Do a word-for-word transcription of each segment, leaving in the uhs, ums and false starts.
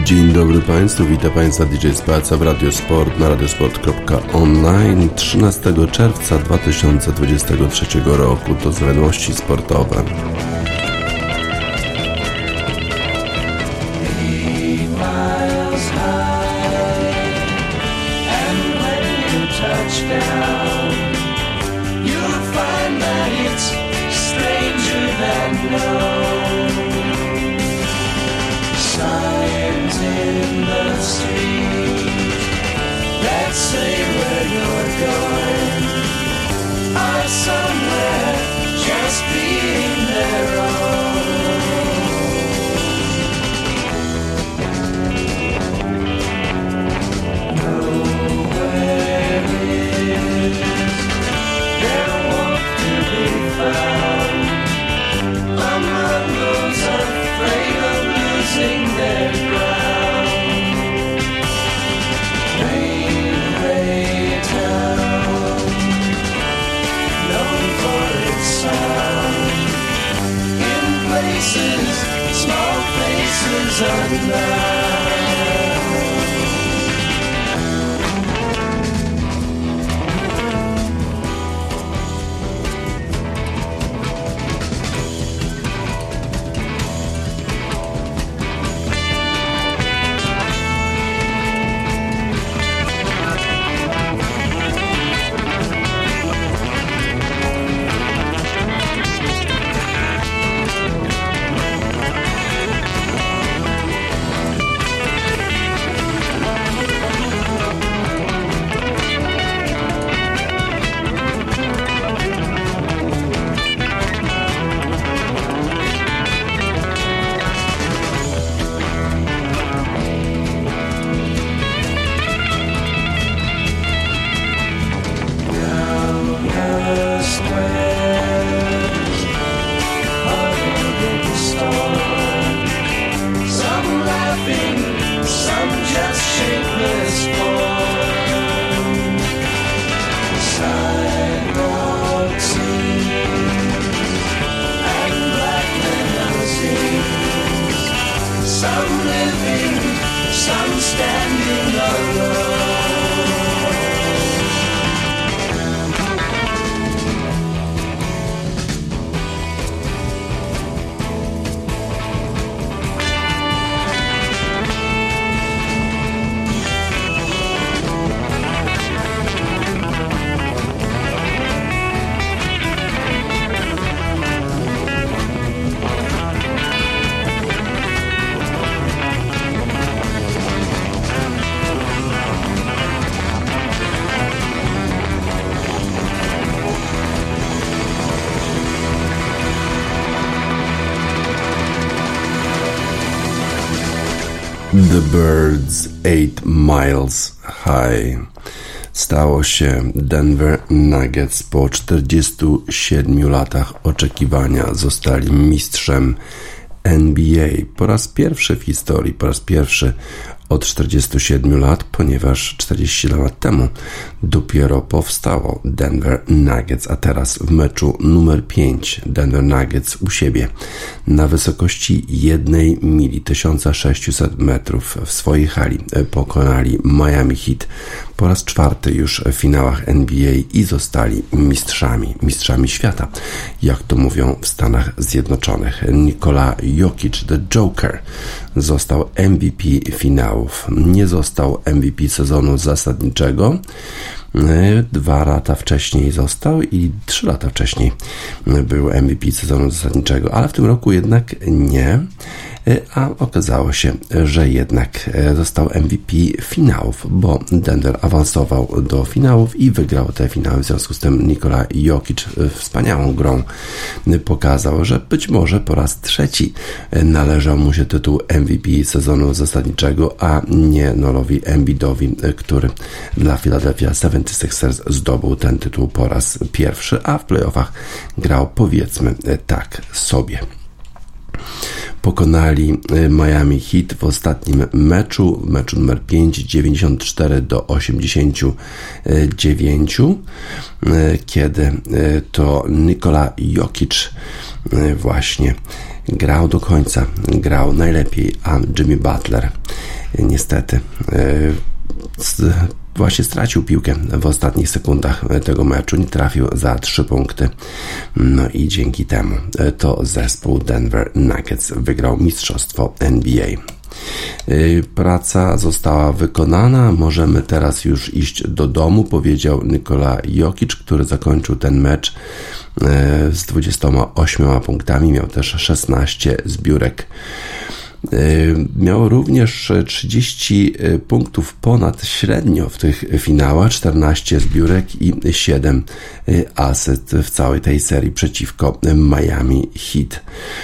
Dzień dobry Państwu, witam Państwa D J Spaca w Radiosport na radiosport kropka online trzynastego czerwca dwa tysiące dwudziestego trzeciego roku. To z wiadomości sportowe. The Birds eight miles high. Stało się Denver Nuggets. Po czterdziestu siedmiu latach oczekiwania zostali mistrzem N B A. Po raz pierwszy w historii, po raz pierwszy od czterdziestu siedmiu lat, ponieważ czterdzieści lat temu dopiero powstało Denver Nuggets, a teraz w meczu numer pięć Denver Nuggets u siebie na wysokości jednej mili, tysiąc sześćset metrów w swojej hali pokonali Miami Heat po raz czwarty już w finałach N B A i zostali mistrzami, mistrzami świata, jak to mówią w Stanach Zjednoczonych. Nikola Jokic, the Joker, został M V P finałów. Nie został M V P sezonu zasadniczego. Dwa lata wcześniej został i trzy lata wcześniej był M V P sezonu zasadniczego, ale w tym roku jednak nie. A okazało się, że jednak został M V P finałów, bo Denver awansował do finałów i wygrał te finały. W związku z tym Nikola Jokic wspaniałą grą pokazał, że być może po raz trzeci należał mu się tytuł M V P sezonu zasadniczego, a nie Nolowi Embiidowi, który dla Philadelphia seventy-sixers zdobył ten tytuł po raz pierwszy, a w playoffach grał, powiedzmy, tak sobie. Pokonali Miami Heat w ostatnim meczu, meczu numer pięć, dziewięćdziesiąt cztery do osiemdziesięciu dziewięciu, kiedy to Nikola Jokic właśnie grał do końca, grał najlepiej, a Jimmy Butler niestety właśnie stracił piłkę w ostatnich sekundach tego meczu, nie trafił za trzy punkty, no i dzięki temu to zespół Denver Nuggets wygrał mistrzostwo N B A. Praca została wykonana, możemy teraz już iść do domu, powiedział Nikola Jokic, który zakończył ten mecz z dwudziestoma ośmioma punktami, miał też szesnaście zbiórek. Miał również trzydzieści punktów ponad średnio w tych finałach, czternaście zbiórek i siedem asyst w całej tej serii przeciwko Miami Heat.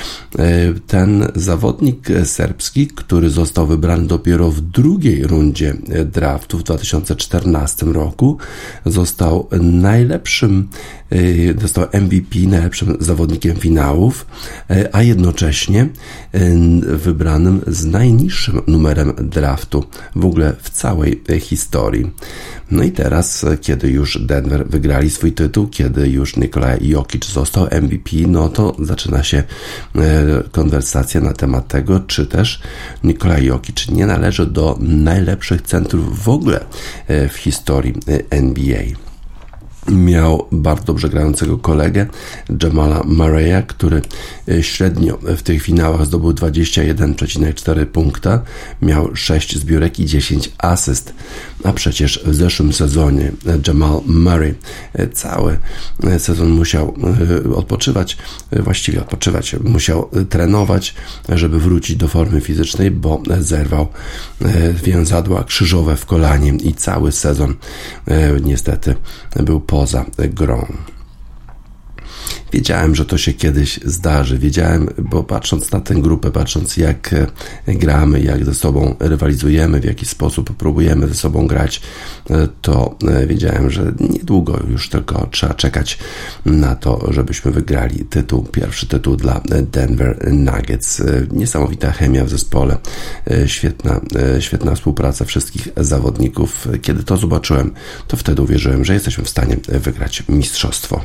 Ten zawodnik serbski, który został wybrany dopiero w drugiej rundzie draftu w dwa tysiące czternastym roku, został najlepszym, został M V P, najlepszym zawodnikiem finałów, a jednocześnie wybranym z najniższym numerem draftu w ogóle w całej historii. No i teraz, kiedy już Denver wygrali swój tytuł, kiedy już Nikola Jokic został M V P, no to zaczyna się konwersacja na temat tego, czy też Nikola Jokic nie należy do najlepszych centrów w ogóle w historii N B A. Miał bardzo dobrze grającego kolegę Jamala Murraya, który średnio w tych finałach zdobył dwadzieścia jeden przecinek cztery punkta, miał sześć zbiórek i dziesięć asyst, a przecież w zeszłym sezonie Jamal Murray cały sezon musiał odpoczywać, właściwie odpoczywać, musiał trenować, żeby wrócić do formy fizycznej, bo zerwał więzadła krzyżowe w kolanie i cały sezon niestety był poza grą. Wiedziałem, że to się kiedyś zdarzy. Wiedziałem, bo patrząc na tę grupę, patrząc jak gramy, jak ze sobą rywalizujemy, w jaki sposób próbujemy ze sobą grać, to wiedziałem, że niedługo już tylko trzeba czekać na to, żebyśmy wygrali tytuł, pierwszy tytuł dla Denver Nuggets. Niesamowita chemia w zespole, świetna, świetna współpraca wszystkich zawodników. Kiedy to zobaczyłem, to wtedy uwierzyłem, że jesteśmy w stanie wygrać mistrzostwo.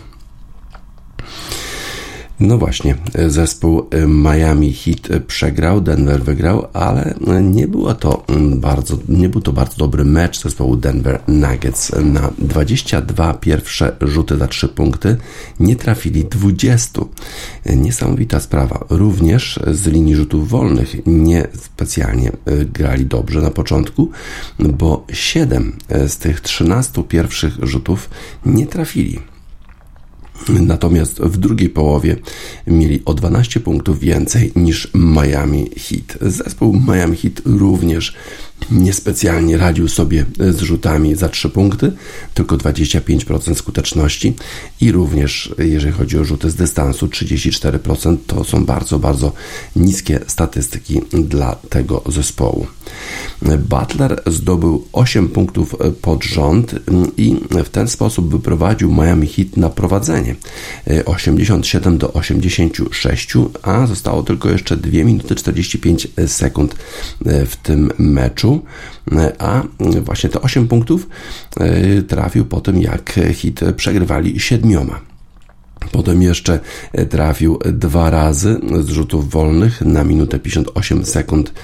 No właśnie, zespół Miami Heat przegrał, Denver wygrał, ale nie było to bardzo, nie był to bardzo dobry mecz zespołu Denver Nuggets. Na dwadzieścia dwa pierwsze rzuty za trzy punkty nie trafili dwudziestu. Niesamowita sprawa. Również z linii rzutów wolnych nie specjalnie grali dobrze na początku, bo siedem z tych trzynastu pierwszych rzutów nie trafili. Natomiast w drugiej połowie mieli o dwanaście punktów więcej niż Miami Heat. Zespół Miami Heat również niespecjalnie radził sobie z rzutami za trzy punkty, tylko dwadzieścia pięć procent skuteczności i również jeżeli chodzi o rzuty z dystansu trzydzieści cztery procent, to są bardzo, bardzo niskie statystyki dla tego zespołu. Butler zdobył osiem punktów pod rząd i w ten sposób wyprowadził Miami Heat na prowadzenie osiemdziesiąt siedem do osiemdziesięciu sześciu, a zostało tylko jeszcze dwie minuty czterdzieści pięć sekund w tym meczu, a właśnie te osiem punktów trafił po tym, jak Heat przegrywali siedmioma. Potem jeszcze trafił dwa razy z rzutów wolnych na minutę pięćdziesiąt osiem sekund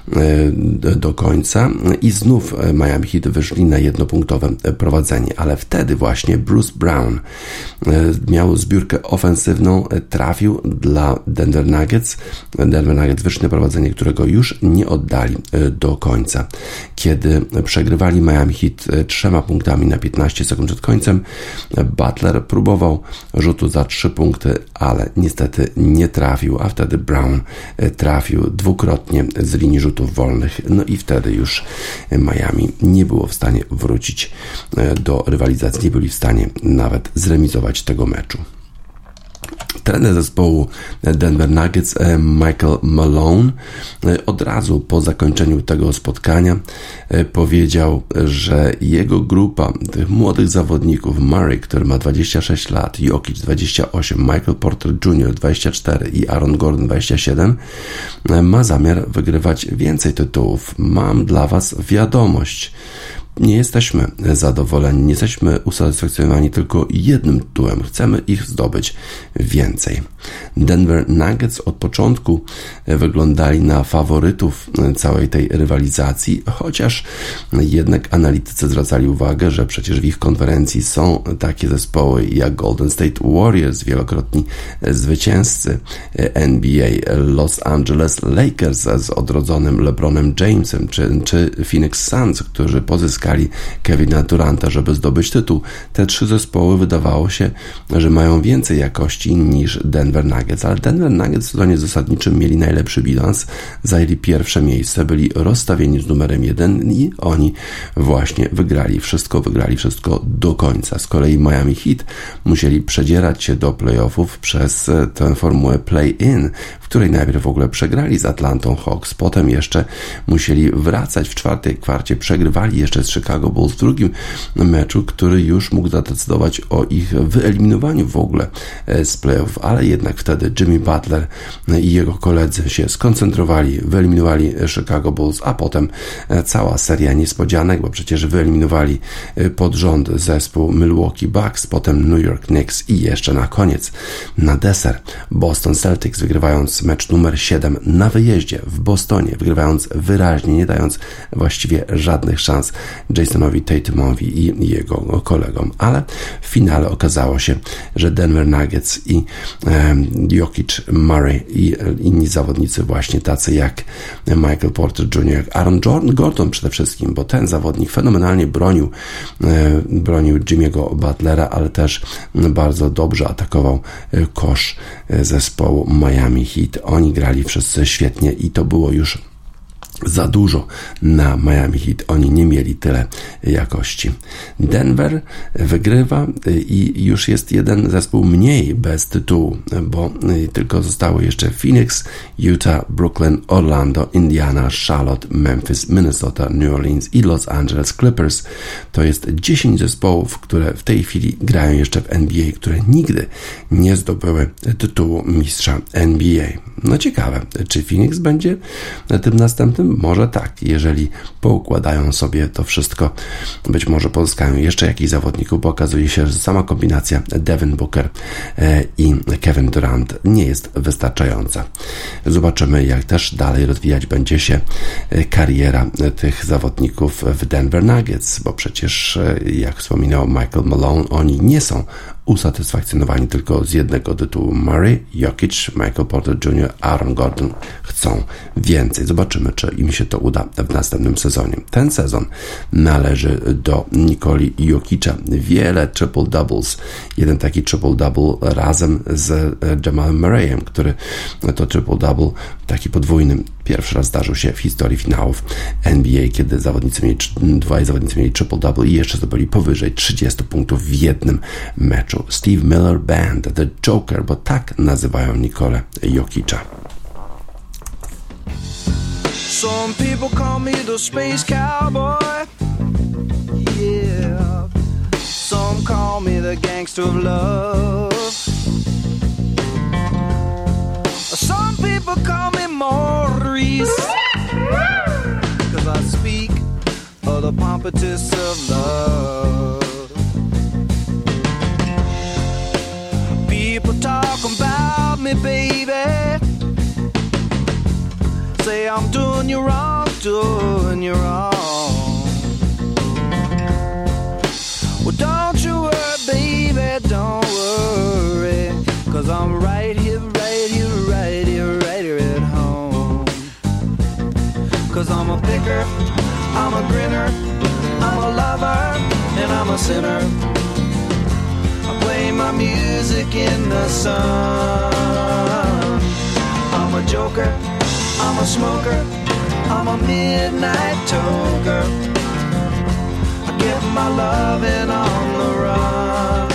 do końca i znów Miami Heat wyszli na jednopunktowe prowadzenie, ale wtedy właśnie Bruce Brown miał zbiórkę ofensywną, trafił dla Denver Nuggets. Denver Nuggets wyszli na prowadzenie, którego już nie oddali do końca. Kiedy przegrywali Miami Heat trzema punktami na piętnaście sekund przed końcem, Butler próbował rzutu za trzy punkty, ale niestety nie trafił, a wtedy Brown trafił dwukrotnie z linii rzutów wolnych, no i wtedy już Miami nie było w stanie wrócić do rywalizacji, nie byli w stanie nawet zremizować tego meczu. Trener zespołu Denver Nuggets Michael Malone od razu po zakończeniu tego spotkania powiedział, że jego grupa tych młodych zawodników, Murray, który ma dwadzieścia sześć lat, Jokic dwadzieścia osiem, Michael Porter junior dwadzieścia cztery i Aaron Gordon dwadzieścia siedem, ma zamiar wygrywać więcej tytułów. Mam dla was wiadomość. nie jesteśmy zadowoleni, nie jesteśmy usatysfakcjonowani tylko jednym tytułem. Chcemy ich zdobyć więcej. Denver Nuggets od początku wyglądali na faworytów całej tej rywalizacji, chociaż jednak analitycy zwracali uwagę, że przecież w ich konferencji są takie zespoły jak Golden State Warriors, wielokrotni zwycięzcy N B A, Los Angeles Lakers z odrodzonym LeBronem Jamesem, czy, czy Phoenix Suns, którzy pozyskali Kevina Duranta, żeby zdobyć tytuł. Te trzy zespoły wydawało się, że mają więcej jakości niż Denver Nuggets, ale Denver Nuggets w sezonie zasadniczym mieli najlepszy bilans, zajęli pierwsze miejsce, byli rozstawieni z numerem jeden i oni właśnie wygrali wszystko, wygrali wszystko do końca. Z kolei Miami Heat musieli przedzierać się do playoffów przez tę formułę play-in, w której najpierw w ogóle przegrali z Atlantą Hawks, potem jeszcze musieli wracać w czwartej kwarcie, przegrywali jeszcze z Chicago Bulls w drugim meczu, który już mógł zadecydować o ich wyeliminowaniu w ogóle z playoff, ale jednak wtedy Jimmy Butler i jego koledzy się skoncentrowali, wyeliminowali Chicago Bulls, a potem cała seria niespodzianek, bo przecież wyeliminowali pod rząd zespół Milwaukee Bucks, potem New York Knicks i jeszcze na koniec, na deser, Boston Celtics, wygrywając mecz numer siedem na wyjeździe w Bostonie, wygrywając wyraźnie, nie dając właściwie żadnych szans Jasonowi Tatumowi i jego kolegom, ale w finale okazało się, że Denver Nuggets i um, Jokic, Murray i inni zawodnicy właśnie tacy jak Michael Porter junior, jak Aaron Gordon przede wszystkim, bo ten zawodnik fenomenalnie bronił e, bronił Jimmy'ego Butlera, ale też bardzo dobrze atakował kosz zespołu Miami Heat. Oni grali wszyscy świetnie i to było już za dużo na Miami Heat. Oni nie mieli tyle jakości. Denver wygrywa i już jest jeden zespół mniej bez tytułu, bo tylko zostały jeszcze Phoenix, Utah, Brooklyn, Orlando, Indiana, Charlotte, Memphis, Minnesota, New Orleans i Los Angeles Clippers. To jest dziesięć zespołów, które w tej chwili grają jeszcze w N B A, które nigdy nie zdobyły tytułu mistrza N B A. No ciekawe, czy Phoenix będzie tym następnym? Może tak, jeżeli poukładają sobie to wszystko, być może pozyskają jeszcze jakichś zawodników, bo okazuje się, że sama kombinacja Devin Booker i Kevin Durant nie jest wystarczająca. Zobaczymy, jak też dalej rozwijać będzie się kariera tych zawodników w Denver Nuggets, bo przecież, jak wspominał Michael Malone, oni nie są usatysfakcjonowani tylko z jednego tytułu. Murray, Jokic, Michael Porter junior, Aaron Gordon chcą więcej. Zobaczymy, czy im się to uda w następnym sezonie. Ten sezon należy do Nikoli Jokicza. Wiele triple-doubles. Jeden taki triple-double razem z Jamalem Murrayem, który to triple-double, taki podwójny, pierwszy raz zdarzył się w historii finałów N B A, kiedy zawodnicy mieli, dwaj zawodnicy mieli triple-double i jeszcze zdobyli powyżej trzydziestu punktów w jednym meczu. Steve Miller Band, The Joker, bo tak nazywają Nikolę Jokicza. Some people call me the space cowboy. Yeah. Some call me the gangster of love. Some people call me Maurice, 'cause I speak of the pompatus of love. People talk about me, baby, say I'm doing you wrong, doing you wrong. Well, don't you worry, baby, don't worry, 'cause I'm right here, right here, right here, right here at home. 'Cause I'm a picker, I'm a grinner, I'm a lover, and I'm a sinner. I play my music in the sun. I'm a joker, I'm a smoker, I'm a midnight toker. I get my loving on the run.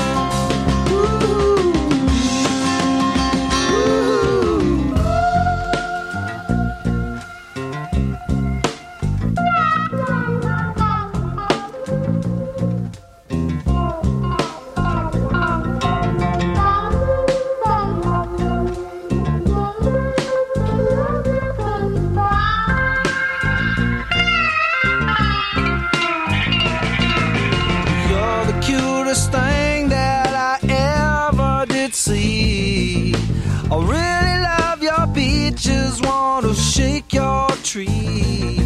tree.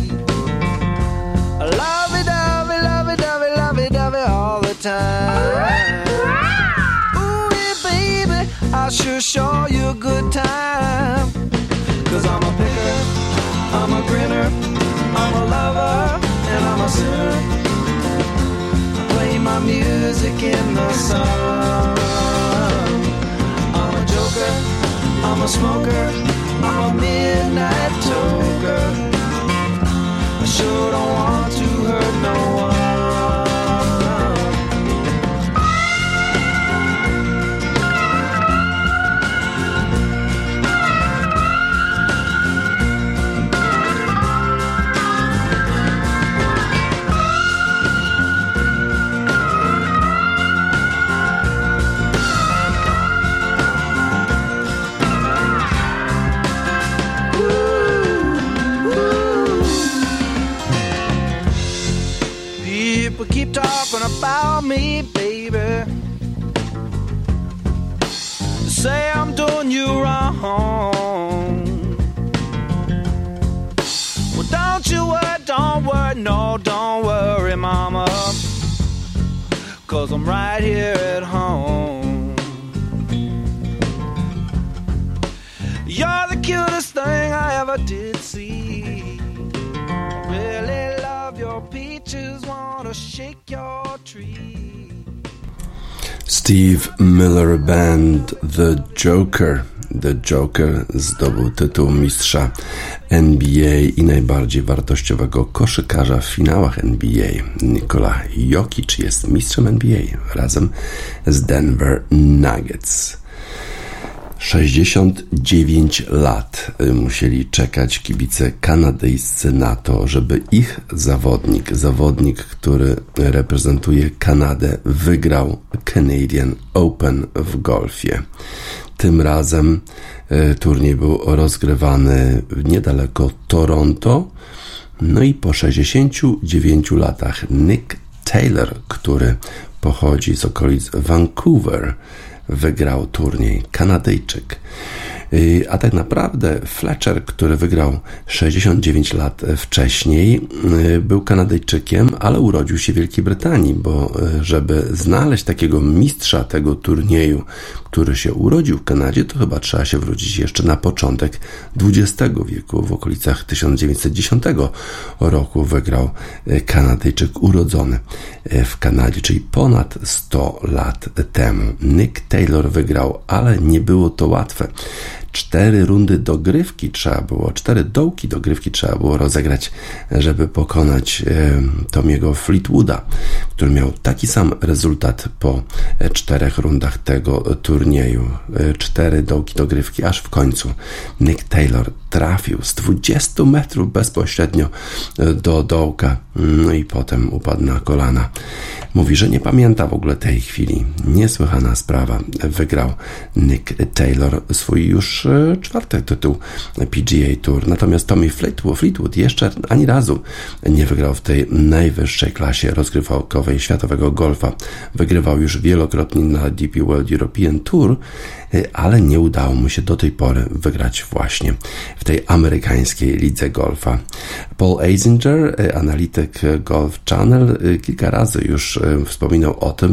Lovey-dovey, lovey-dovey, lovey-dovey all the time. Ooh, yeah, baby, I'll sure show you a good time. Cause I'm a picker, I'm a grinner, I'm a lover, and I'm a sinner. I play my music in the sun. I'm a joker, I'm a smoker, I'm a midnight toker. I sure don't want to hurt no one. Keep talking about me, baby. Say I'm doing you wrong. Well, don't you worry, don't worry, no, don't worry, mama. Cause I'm right here at home. You're the cutest thing I ever did see. Really love your peaches, wanna shake your tree. Steve Miller Band, The Joker. The Joker zdobył tytuł mistrza N B A i najbardziej wartościowego koszykarza w finałach N B A. Nikola Jokic jest mistrzem N B A razem z Denver Nuggets. sześćdziesiąt dziewięć lat musieli czekać kibice kanadyjscy na to, żeby ich zawodnik, zawodnik, który reprezentuje Kanadę, wygrał Canadian Open w golfie. Tym razem turniej był rozgrywany niedaleko Toronto. No i po sześćdziesięciu dziewięciu latach Nick Taylor, który pochodzi z okolic Vancouver, wygrał turniej, Kanadyjczyk. A tak naprawdę Fletcher, który wygrał sześćdziesiąt dziewięć lat wcześniej, był Kanadyjczykiem, ale urodził się w Wielkiej Brytanii, bo żeby znaleźć takiego mistrza tego turnieju, który się urodził w Kanadzie, to chyba trzeba się wrócić jeszcze na początek dwudziestego wieku. W okolicach tysiąc dziewięćset dziesiątego roku wygrał Kanadyjczyk urodzony w Kanadzie, czyli ponad sto lat temu. Nick Taylor wygrał, ale nie było to łatwe. Cztery rundy dogrywki trzeba było, cztery dołki dogrywki trzeba było rozegrać, żeby pokonać e, Tommy'ego Fleetwooda, który miał taki sam rezultat po czterech rundach tego turnieju. E, cztery dołki dogrywki, aż w końcu Nick Taylor trafił z dwudziestu metrów bezpośrednio do dołka, no i potem upadł na kolana. Mówi, że nie pamięta w ogóle tej chwili. Niesłychana sprawa. Wygrał Nick Taylor swój już czwarty tytuł P G A Tour. Natomiast Tommy Fleetwood, Fleetwood jeszcze ani razu nie wygrał w tej najwyższej klasie rozgrywkowej światowego golfa. Wygrywał już wielokrotnie na D P World European Tour, ale nie udało mu się do tej pory wygrać właśnie w tej amerykańskiej lidze golfa. Paul Azinger, analityk Golf Channel, kilka razy już wspominał o tym,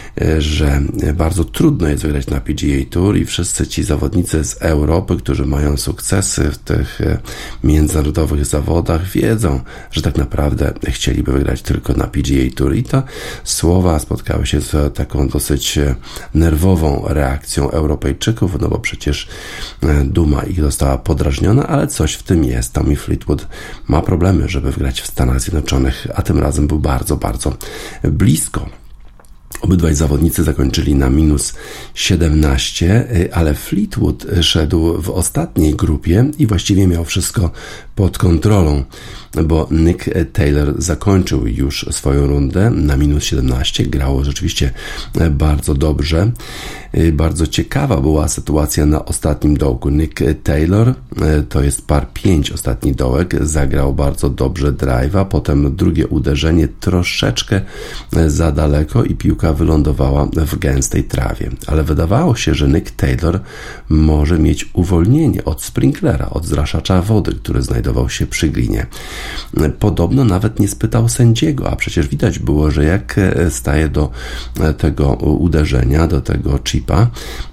że bardzo trudno jest wygrać na P G A Tour i wszyscy ci zawodnicy z Europy, którzy mają sukcesy w tych międzynarodowych zawodach, wiedzą, że tak naprawdę chcieliby wygrać tylko na P G A Tour. I te słowa spotkały się z taką dosyć nerwową reakcją Europejczyków, no bo przecież duma ich została podrażniona, ale coś w tym jest. Tommy Fleetwood ma problemy, żeby wygrać w Stanach Zjednoczonych, a tym razem był bardzo, bardzo blisko. Obydwaj zawodnicy zakończyli na minus siedemnaście, ale Fleetwood szedł w ostatniej grupie i właściwie miał wszystko pod kontrolą, bo Nick Taylor zakończył już swoją rundę na minus siedemnaście. Grało rzeczywiście bardzo dobrze. Bardzo ciekawa była sytuacja na ostatnim dołku. Nick Taylor, to jest par pięć ostatni dołek, zagrał bardzo dobrze drive'a, potem drugie uderzenie troszeczkę za daleko i piłka piłka wylądowała w gęstej trawie. Ale wydawało się, że Nick Taylor może mieć uwolnienie od sprinklera, od zraszacza wody, który znajdował się przy glinie. Podobno nawet nie spytał sędziego, a przecież widać było, że jak staje do tego uderzenia, do tego chipa,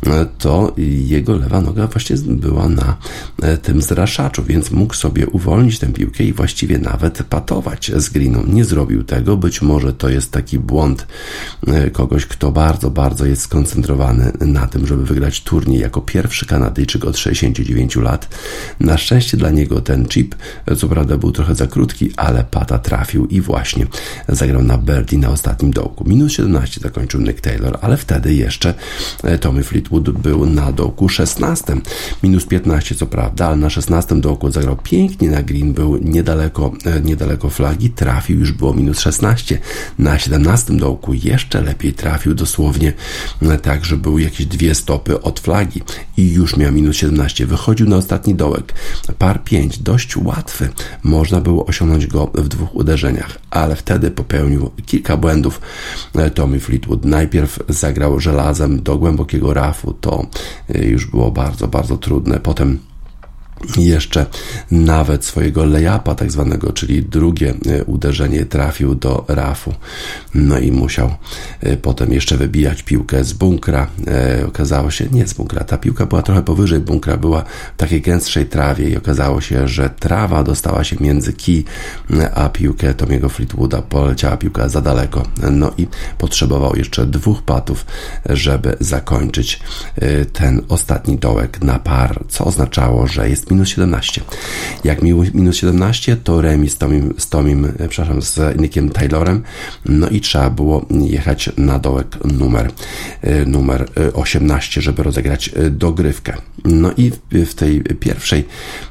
to jego lewa noga właśnie była na tym zraszaczu, więc mógł sobie uwolnić tę piłkę i właściwie nawet patować z greenu. Nie zrobił tego, być może to jest taki błąd kogoś, kto bardzo, bardzo jest skoncentrowany na tym, żeby wygrać turniej jako pierwszy Kanadyjczyk od sześćdziesięciu dziewięciu lat. Na szczęście dla niego ten chip, co prawda był trochę za krótki, ale pata trafił i właśnie zagrał na birdie na ostatnim dołku. Minus siedemnaście zakończył Nick Taylor, ale wtedy jeszcze Tommy Fleetwood był na dołku szesnastym. Minus piętnaście co prawda, ale na szesnastym dołku zagrał pięknie na green, był niedaleko, niedaleko flagi, trafił, już było minus szesnaście. Na siedemnastym dołku jeszcze lepiej trafił, dosłownie tak, że był jakieś dwie stopy od flagi i już miał minus siedemnaście. Wychodził na ostatni dołek. Par pięć, dość łatwy. Można było osiągnąć go w dwóch uderzeniach, ale wtedy popełnił kilka błędów Tommy Fleetwood. Najpierw zagrał żelazem do głębokiego rafu, to już było bardzo, bardzo trudne. Potem jeszcze nawet swojego layupa tak zwanego, czyli drugie uderzenie trafił do rafu. No i musiał potem jeszcze wybijać piłkę z bunkra. E, okazało się, nie z bunkra, ta piłka była trochę powyżej bunkra, była w takiej gęstszej trawie i okazało się, że trawa dostała się między kij a piłkę Tommy'ego Fleetwooda. Poleciała piłka za daleko. No i potrzebował jeszcze dwóch patów, żeby zakończyć ten ostatni dołek na par, co oznaczało, że jest minus siedemnaście. Jak minus siedemnaście, to remis z Tomim, z Tomim, przepraszam, z Nickiem Taylorem, no i trzeba było jechać na dołek numer, numer osiemnaście, żeby rozegrać dogrywkę. No i w tej pierwszej,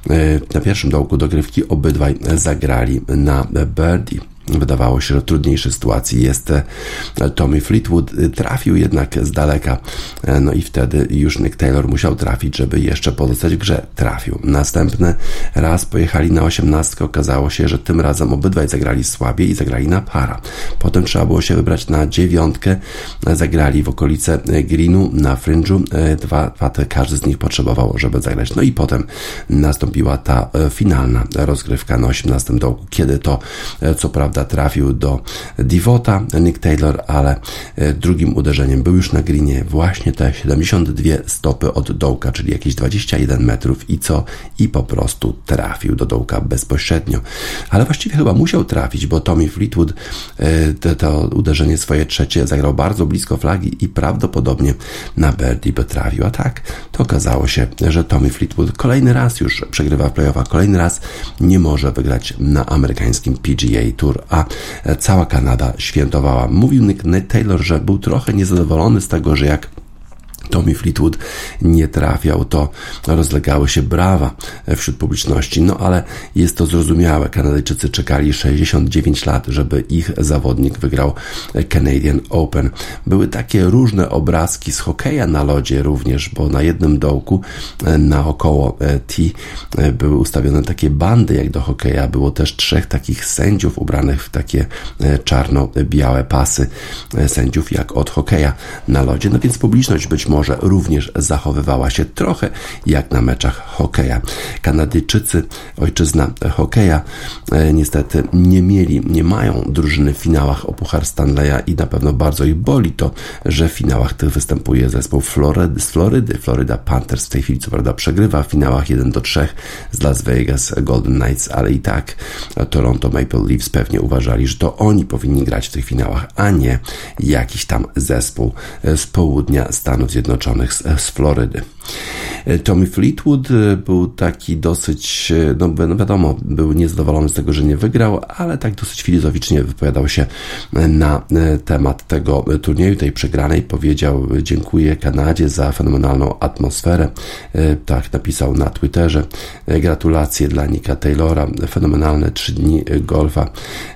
na pierwszym dołku dogrywki obydwaj zagrali na birdie. Wydawało się, że w trudniejszej sytuacji jest Tommy Fleetwood. Trafił jednak z daleka, no i wtedy już Nick Taylor musiał trafić, żeby jeszcze pozostać w grze. Trafił. Następny raz pojechali na osiemnastkę. Okazało się, że tym razem obydwaj zagrali słabiej i zagrali na para. Potem trzeba było się wybrać na dziewiątkę. Zagrali w okolice greenu, na fringe'u. Dwa paty każdy z nich potrzebował, żeby zagrać. No i potem nastąpiła ta finalna rozgrywka na osiemnastym dołku, kiedy to, co prawda, trafił do Divota Nick Taylor, ale drugim uderzeniem był już na greenie właśnie te siedemdziesiąt dwie stopy od dołka, czyli jakieś dwadzieścia jeden metrów i co? I po prostu trafił do dołka bezpośrednio. Ale właściwie chyba musiał trafić, bo Tommy Fleetwood to, to uderzenie swoje trzecie zagrał bardzo blisko flagi i prawdopodobnie na birdie by trafił. A tak, to okazało się, że Tommy Fleetwood kolejny raz już przegrywa w playoffach, kolejny raz nie może wygrać na amerykańskim P G A Tour, a cała Kanada świętowała. Mówił Nick Taylor, że był trochę niezadowolony z tego, że jak Tommy Fleetwood nie trafiał, to rozlegały się brawa wśród publiczności, no ale jest to zrozumiałe. Kanadyjczycy czekali sześćdziesiąt dziewięć lat, żeby ich zawodnik wygrał Canadian Open. Były takie różne obrazki z hokeja na lodzie również, bo na jednym dołku naokoło tee były ustawione takie bandy jak do hokeja. Było też trzech takich sędziów ubranych w takie czarno-białe pasy sędziów jak od hokeja na lodzie, no więc publiczność być może może również zachowywała się trochę jak na meczach hokeja. Kanadyjczycy, ojczyzna hokeja, e, niestety nie mieli, nie mają drużyny w finałach o Puchar Stanleya i na pewno bardzo ich boli to, że w finałach tych występuje zespół Florydy, z Florydy. Florida Panthers w tej chwili co prawda przegrywa w finałach jeden do trzech z Las Vegas Golden Knights, ale i tak Toronto Maple Leafs pewnie uważali, że to oni powinni grać w tych finałach, a nie jakiś tam zespół z południa Stanów Zjednoczonych, z Florydy. Tommy Fleetwood był taki dosyć, no wiadomo, był niezadowolony z tego, że nie wygrał, ale tak dosyć filozoficznie wypowiadał się na temat tego turnieju, tej przegranej. Powiedział: dziękuję Kanadzie za fenomenalną atmosferę. Tak napisał na Twitterze. Gratulacje dla Nicka Taylora. Fenomenalne trzy dni golfa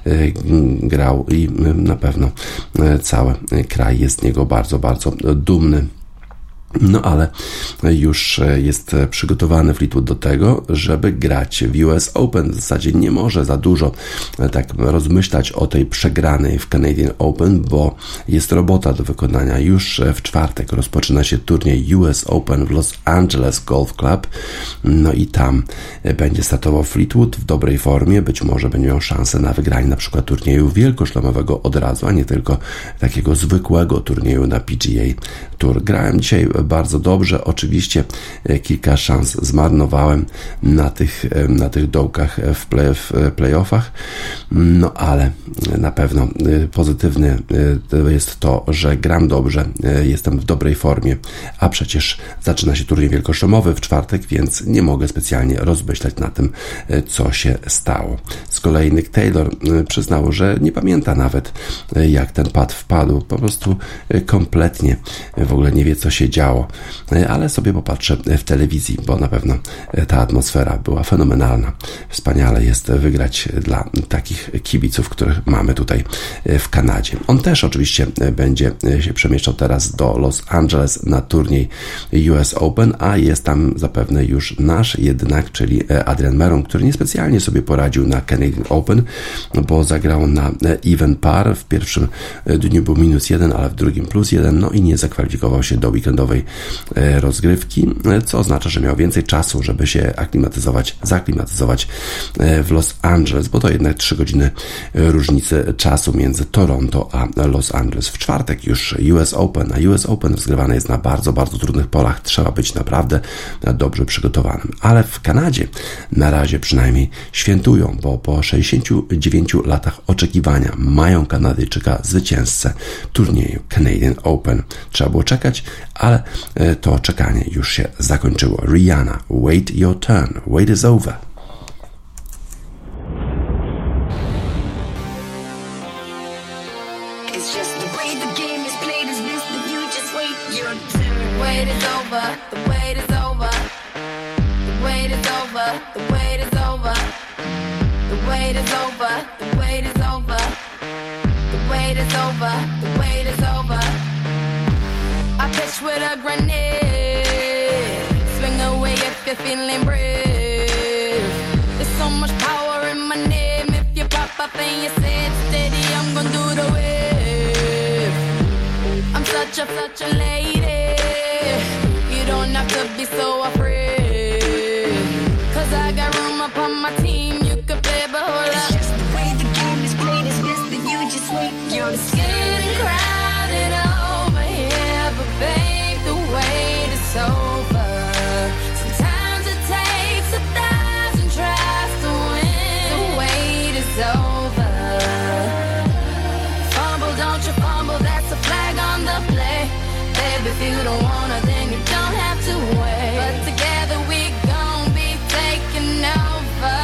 grał i na pewno cały kraj jest z niego bardzo, bardzo dumny. No ale już jest przygotowany Fleetwood do tego, żeby grać w U S Open. W zasadzie nie może za dużo tak rozmyślać o tej przegranej w Canadian Open, bo jest robota do wykonania. Już w czwartek rozpoczyna się turniej U S Open w Los Angeles Golf Club. No i tam będzie startował Fleetwood w dobrej formie. Być może będzie miał szansę na wygranie na przykład turnieju wielkoszlemowego od razu, a nie tylko takiego zwykłego turnieju na P G A Tour. Grałem dzisiaj bardzo dobrze. Oczywiście kilka szans zmarnowałem na tych, na tych dołkach w, play, w playoffach, no ale na pewno pozytywne jest to, że gram dobrze, jestem w dobrej formie, a przecież zaczyna się turniej wielkoszlemowy w czwartek, więc nie mogę specjalnie rozmyślać na tym, co się stało. Z kolei Nick Taylor przyznał, że nie pamięta nawet, jak ten pad wpadł, po prostu kompletnie w ogóle nie wie, co się działo, ale sobie popatrzę w telewizji, bo na pewno ta atmosfera była fenomenalna. Wspaniale jest wygrać dla takich kibiców, których mamy tutaj w Kanadzie. On też oczywiście będzie się przemieszczał teraz do Los Angeles na turniej U S Open, a jest tam zapewne już nasz jednak, czyli Adrian Meron, który niespecjalnie sobie poradził na Canadian Open, bo zagrał na even par. W pierwszym dniu był minus jeden, ale w drugim plus jeden, no i nie zakwalifikował się do weekendowej rozgrywki, co oznacza, że miał więcej czasu, żeby się aklimatyzować, zaklimatyzować w Los Angeles, bo to jednak trzy godziny różnicy czasu między Toronto a Los Angeles. W czwartek już U S Open, a U S Open rozgrywane jest na bardzo, bardzo trudnych polach. Trzeba być naprawdę dobrze przygotowanym. Ale w Kanadzie na razie przynajmniej świętują, bo po sześćdziesięciu dziewięciu latach oczekiwania mają Kanadyjczyka zwycięzcę turnieju Canadian Open. Trzeba było czekać, ale to czekanie już się zakończyło. Rihanna, wait your turn, wait is over. It's just the way the game is played is best that you just wait your turn. Wait is over, the wait is over. The wait is over, the wait is over. The wait is over, the wait is over. The wait is over, the wait is over. I pitch with a grenade. Swing away if you're feeling brave. There's so much power in my name. If you pop up and you say it steady, I'm gonna do the wave. I'm such a, such a lady. You don't have to be so afraid. Cause I got room up on my team. You could play, but hold up. It's just the way the game is played. It's best that you just wait your turn. It's getting crowded over here, but babe, the wait is over. Sometimes it takes a thousand tries to win. The wait is over. Fumble, don't you fumble, that's a flag on the play. Baby, if you don't wanna, then you don't have to wait. But together we gon' be taking over.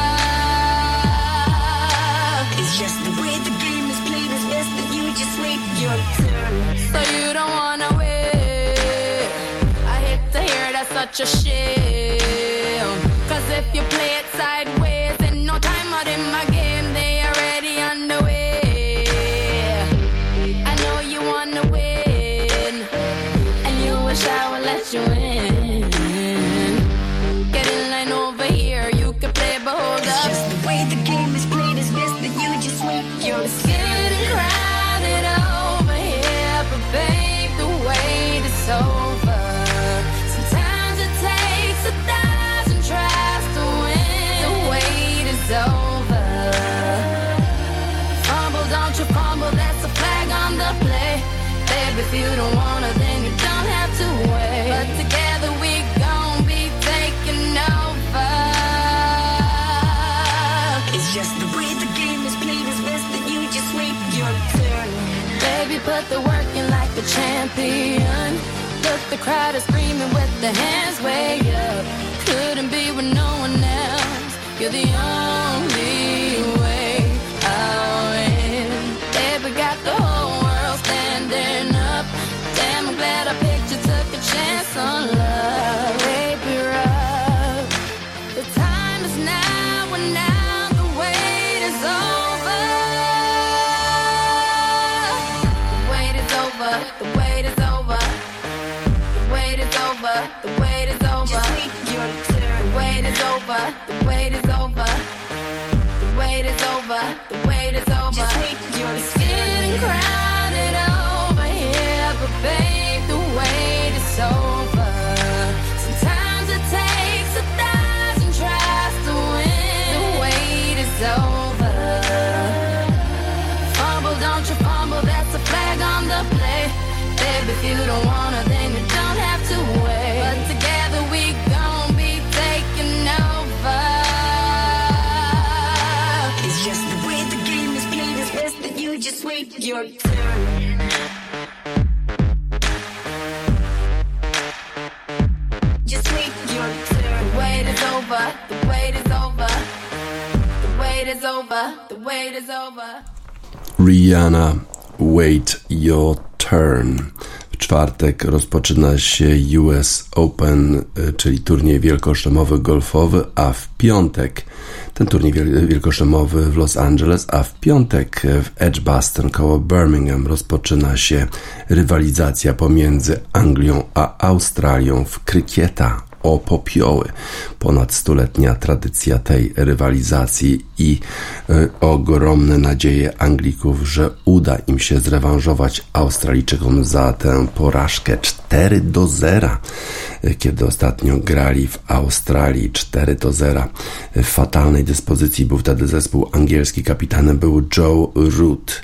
It's just the way the game is played. It's best that you just wait your turn. So you don't wanna wait. I hate to hear that's such a shame. Cause if you play it sideways, ain't no time out in my game. They already underway. I know you wanna win, and you wish I would let you in. Get in line over here, you can play, but hold It's up. just the way the game is played. It's best that you just wait your It's getting crowded over here, but babe, the wait is over. Sometimes it takes a thousand tries to win. The wait is over. Fumble, don't you fumble, that's a flag on the play. Babe, if you don't wanna, then you don't have to wait. But together we gon' be taking over. It's just the way the game is played. It's best that you just wait your turn. Baby, put the work in like a champion. Look, the crowd is screaming with their hands way up. Couldn't be with no one else. You're the only way I'll win. Baby, got the whole world standing up. Damn, I'm glad I picked you, took a chance on love. Baby, rough. The time is now, and now the wait is over. The wait is over. The wait is over. The wait is over. the wait is over. Just wait your turn. The wait is over, the wait is over. The wait is over, the wait is over. Just wait your turn. It's getting crowded over here, but babe, the wait is over. Sometimes it takes a thousand tries to win. The wait is over. Fumble, don't you fumble, that's a flag on the play. Baby, if you don't wanna, then you don't have to wait. But together we gon' be taking over. It's just the way the game is played. It's best that you just wait your turn. Just wait your turn. The wait is over, the wait is over. The wait is over, the wait is over. Rihanna, Wait Your Turn. W czwartek rozpoczyna się U S Open, czyli turniej wielkoszemowy golfowy, a w piątek ten turniej wielkoszemowy w Los Angeles, a w piątek w Edgbaston koło Birmingham rozpoczyna się rywalizacja pomiędzy Anglią a Australią w krykieta o popioły. Ponad stuletnia tradycja tej rywalizacji i y, ogromne nadzieje Anglików, że uda im się zrewanżować Australijczykom za tę porażkę cztery do zera, y, kiedy ostatnio grali w Australii. cztery do zera. W fatalnej dyspozycji był wtedy zespół angielski. Kapitanem był Joe Root.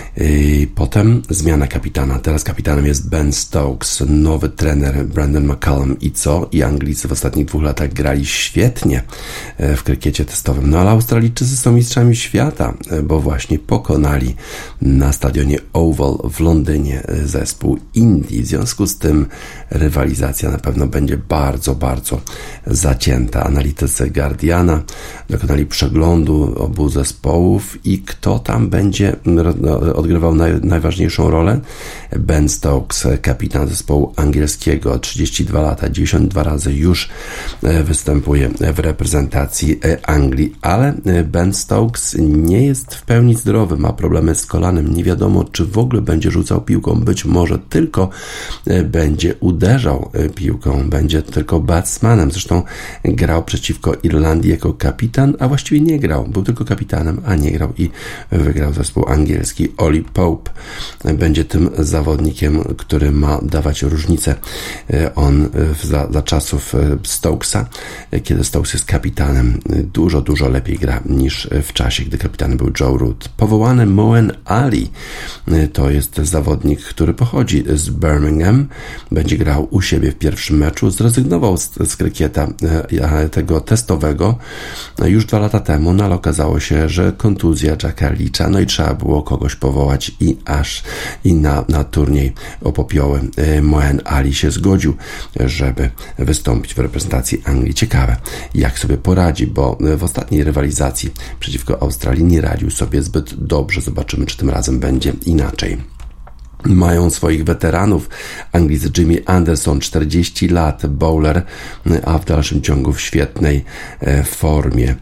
Y, potem zmiana kapitana. Teraz kapitanem jest Ben Stokes, nowy trener Brandon McCullum. I co? I Anglicy w ostatnich dwóch latach grali świetnie w krykiecie testowym. No ale Australijczycy są mistrzami świata, bo właśnie pokonali na stadionie Oval w Londynie zespół Indii. W związku z tym rywalizacja na pewno będzie bardzo, bardzo zacięta. Analitycy Guardiana dokonali przeglądu obu zespołów i kto tam będzie odgrywał naj, najważniejszą rolę? Ben Stokes, kapitan zespołu angielskiego, trzydzieści dwa lata, dziewięćdziesiąt dwa razy już występuje w reprezentacji Anglii, ale Ben Stokes nie jest w pełni zdrowy, ma problemy z kolanem, nie wiadomo, czy w ogóle będzie rzucał piłką, być może tylko będzie uderzał piłką, będzie tylko batsmanem. Zresztą grał przeciwko Irlandii jako kapitan, a właściwie nie grał, był tylko kapitanem, a nie grał i wygrał zespół angielski. Oli Pope będzie tym zawodnikiem, który ma dawać różnicę. On za, za czasów Stokesa, kiedy Stokes jest kapitanem, dużo, dużo lepiej gra niż w czasie, gdy kapitanem był Joe Root. Powołany Moeen Ali to jest zawodnik, który pochodzi z Birmingham, będzie grał u siebie w pierwszym meczu, zrezygnował z, z krykieta tego testowego już dwa lata temu, no ale okazało się, że kontuzja Jacka Leacha, no i trzeba było kogoś powołać i aż i na, na turniej o popioły Moeen Ali się zgodził, żeby wystąpić w reprezentacji Anglii. Ciekawe, jak sobie poradzi, bo w ostatniej rywalizacji przeciwko Australii nie radził sobie zbyt dobrze. Zobaczymy, czy tym razem będzie inaczej. Mają swoich weteranów. Anglicy Jimmy Anderson, czterdzieści lat, bowler, a w dalszym ciągu w świetnej formie.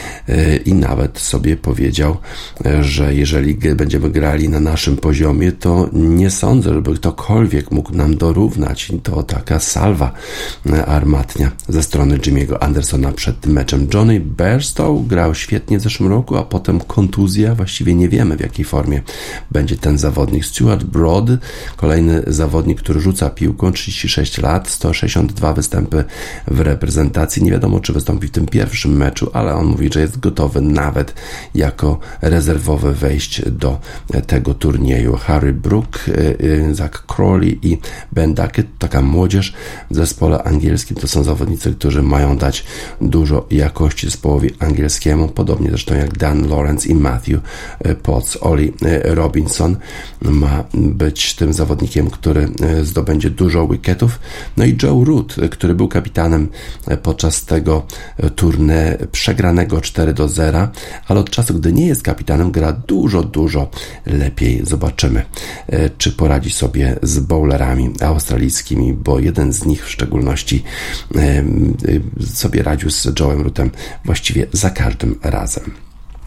I nawet sobie powiedział, że jeżeli będziemy grali na naszym poziomie, to nie sądzę, żeby ktokolwiek mógł nam dorównać. To taka salwa armatnia ze strony Jimmy'ego Andersona przed tym meczem. Johnny Bairstow grał świetnie w zeszłym roku, a potem kontuzja. Właściwie nie wiemy, w jakiej formie będzie ten zawodnik. Stuart Broad, kolejny zawodnik, który rzuca piłką, trzydzieści sześć lat, sto sześćdziesiąt dwa występy w reprezentacji. Nie wiadomo, czy wystąpi w tym pierwszym meczu, ale on mówi, że jest gotowy nawet jako rezerwowy wejść do tego turnieju. Harry Brook, Zach Crawley i Ben Duckett, taka młodzież w zespole angielskim, to są zawodnicy, którzy mają dać dużo jakości zespołowi angielskiemu, podobnie zresztą jak Dan Lawrence i Matthew Potts. Oli Robinson ma być tym zawodnikiem, który zdobędzie dużo wicketów. No i Joe Root, który był kapitanem podczas tego turnieju przegranego cztery do zera, ale od czasu, gdy nie jest kapitanem, gra dużo, dużo lepiej. Zobaczymy, czy poradzi sobie z bowlerami australijskimi, bo jeden z nich w szczególności sobie radził z Joe'em Rootem właściwie za każdym razem.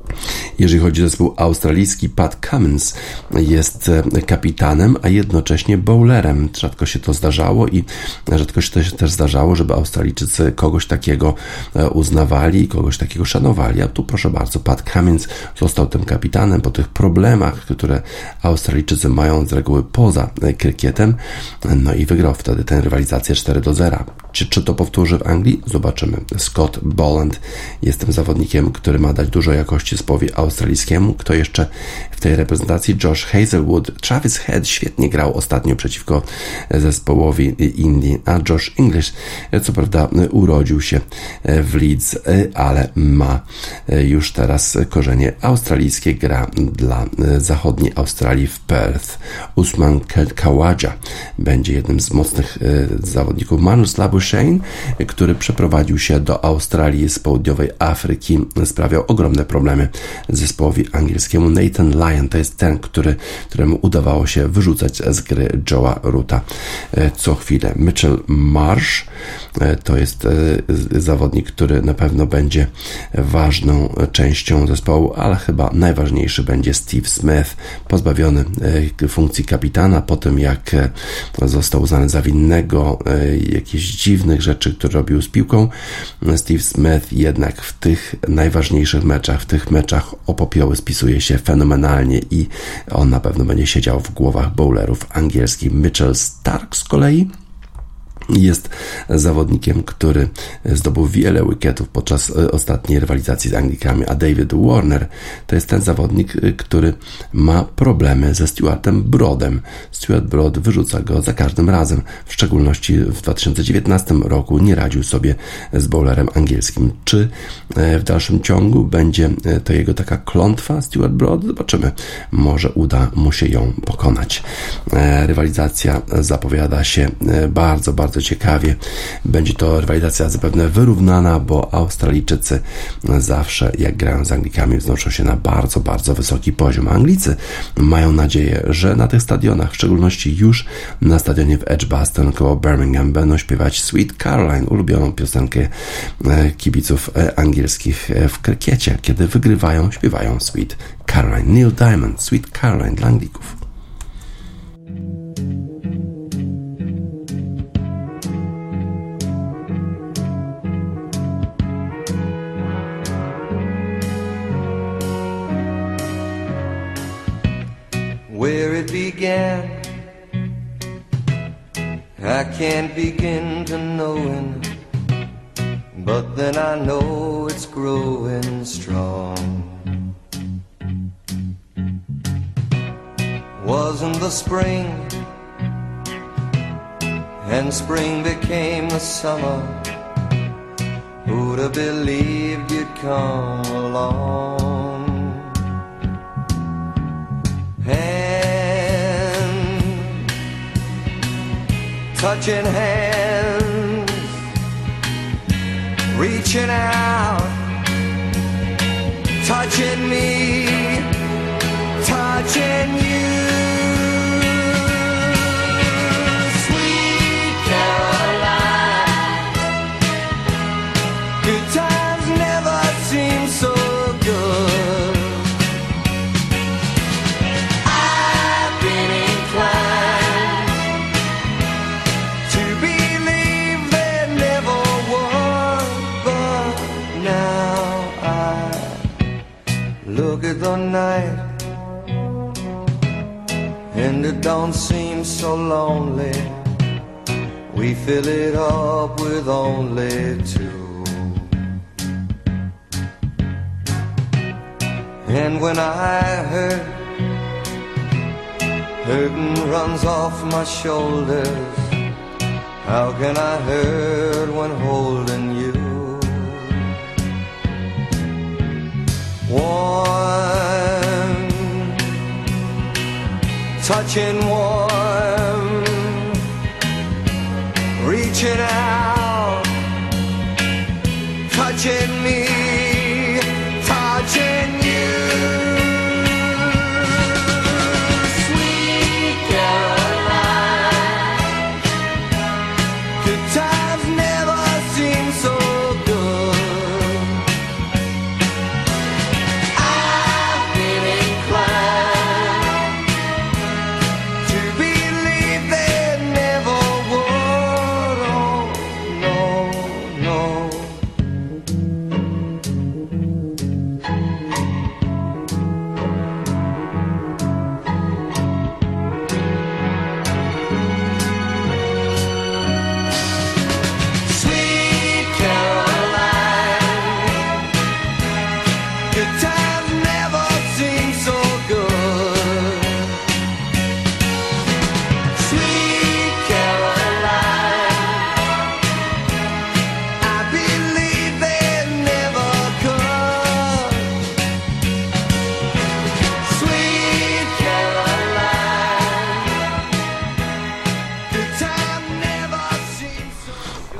Jeżeli chodzi o zespół australijski, Pat Cummins jest kapitanem, a jednocześnie bowlerem. Rzadko się to zdarzało i rzadko się to też zdarzało, żeby Australijczycy kogoś takiego uznawali, kogoś takiego szanowali. A tu proszę bardzo, Pat Cummins został tym kapitanem po tych problemach, które Australijczycy mają z reguły poza krykietem. No i wygrał wtedy tę rywalizację cztery do zera. Czy, czy to powtórzy w Anglii? Zobaczymy. Scott Boland jest tym zawodnikiem, który ma dać dużo jakości zespołowi australijskiemu. Kto jeszcze w tej reprezentacji? Josh Hazelwood. Travis Head świetnie grał ostatnio przeciwko zespołowi Indii, a Josh English co prawda urodził się w Leeds, ale ma już teraz korzenie australijskie. Gra dla zachodniej Australii w Perth. Usman Khawaja będzie jednym z mocnych zawodników. Manus Labuschagne, który przeprowadził się do Australii z południowej Afryki, sprawiał ogromne problemy zespołowi angielskiemu. Nathan Lyon to jest ten, który, któremu udawało się wyrzucać z gry Joe'a Roota co chwilę. Mitchell Marsh to jest zawodnik, który na pewno będzie ważną częścią zespołu, ale chyba najważniejszy będzie Steve Smith, pozbawiony funkcji kapitana po tym, jak został uznany za winnego jakichś dziwnych rzeczy, które robił z piłką. Steve Smith jednak w tych najważniejszych meczach, w tych meczach o popioły spisuje się fenomenalnie i on na pewno będzie siedział w głowach bowlerów angielskich. Mitchell Stark z kolei jest zawodnikiem, który zdobył wiele wicketów podczas ostatniej rywalizacji z Anglikami, a David Warner to jest ten zawodnik, który ma problemy ze Stuartem Broadem. Stuart Broad wyrzuca go za każdym razem, w szczególności w dwa tysiące dziewiętnastym roku nie radził sobie z bowlerem angielskim. Czy w dalszym ciągu będzie to jego taka klątwa, Stuart Broad? Zobaczymy. Może uda mu się ją pokonać. Rywalizacja zapowiada się bardzo, bardzo ciekawie. Będzie to rywalizacja zapewne wyrównana, bo Australijczycy zawsze, jak grają z Anglikami, wznoszą się na bardzo, bardzo wysoki poziom. Anglicy mają nadzieję, że na tych stadionach, w szczególności już na stadionie w Edgbaston koło Birmingham, będą śpiewać Sweet Caroline, ulubioną piosenkę kibiców angielskich w krykiecie. Kiedy wygrywają, śpiewają Sweet Caroline. Neil Diamond, Sweet Caroline dla Anglików. Where it began, I can't begin to knowing, but then I know it's growing strong. Wasn't the spring, and spring became the summer. Who'd have believed you'd come along? Touching hands, reaching out, touching me, touching you. Sweet Caroline, good times never seem so good. I've been inclined look at the night, and it don't seem so lonely. We fill it up with only two. And when I hurt, hurting runs off my shoulders. How can I hurt when holding you? Warm, touching warm, reaching out, touching me, touching you. Sweet Caroline, good times never seem so good. I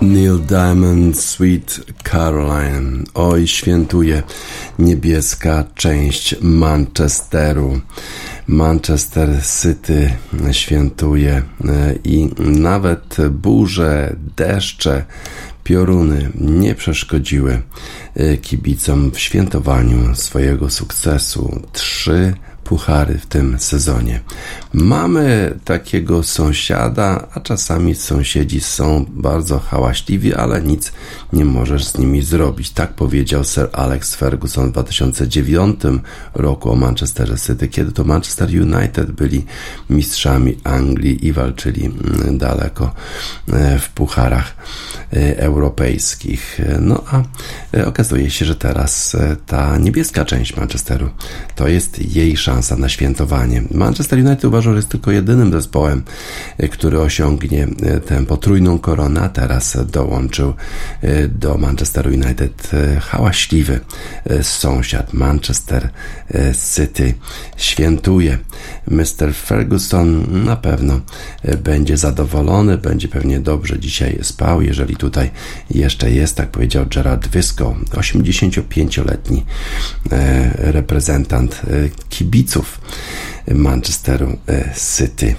Neil Diamond, Sweet Caroline. Oj, świętuje niebieska część Manchesteru. Manchester City świętuje i nawet burze, deszcze, pioruny nie przeszkodziły kibicom w świętowaniu swojego sukcesu. Trzy puchary w tym sezonie. Mamy takiego sąsiada, a czasami sąsiedzi są bardzo hałaśliwi, ale nic nie możesz z nimi zrobić. Tak powiedział Sir Alex Ferguson w dwa tysiące dziewiątym roku o Manchesterze City, kiedy to Manchester United byli mistrzami Anglii i walczyli daleko w pucharach europejskich. No a okazuje się, że teraz ta niebieska część Manchesteru to jest jej szansa na świętowanie. Manchester United uważał, że jest tylko jedynym zespołem, który osiągnie tę potrójną koronę, a teraz dołączył do Manchesteru United hałaśliwy sąsiad Manchester City. Świętuje. mister Ferguson na pewno będzie zadowolony, będzie pewnie dobrze dzisiaj spał, jeżeli tutaj jeszcze jest, tak powiedział Gerard Visco, osiemdziesięciopięcioletni reprezentant kibiców Manchesteru City.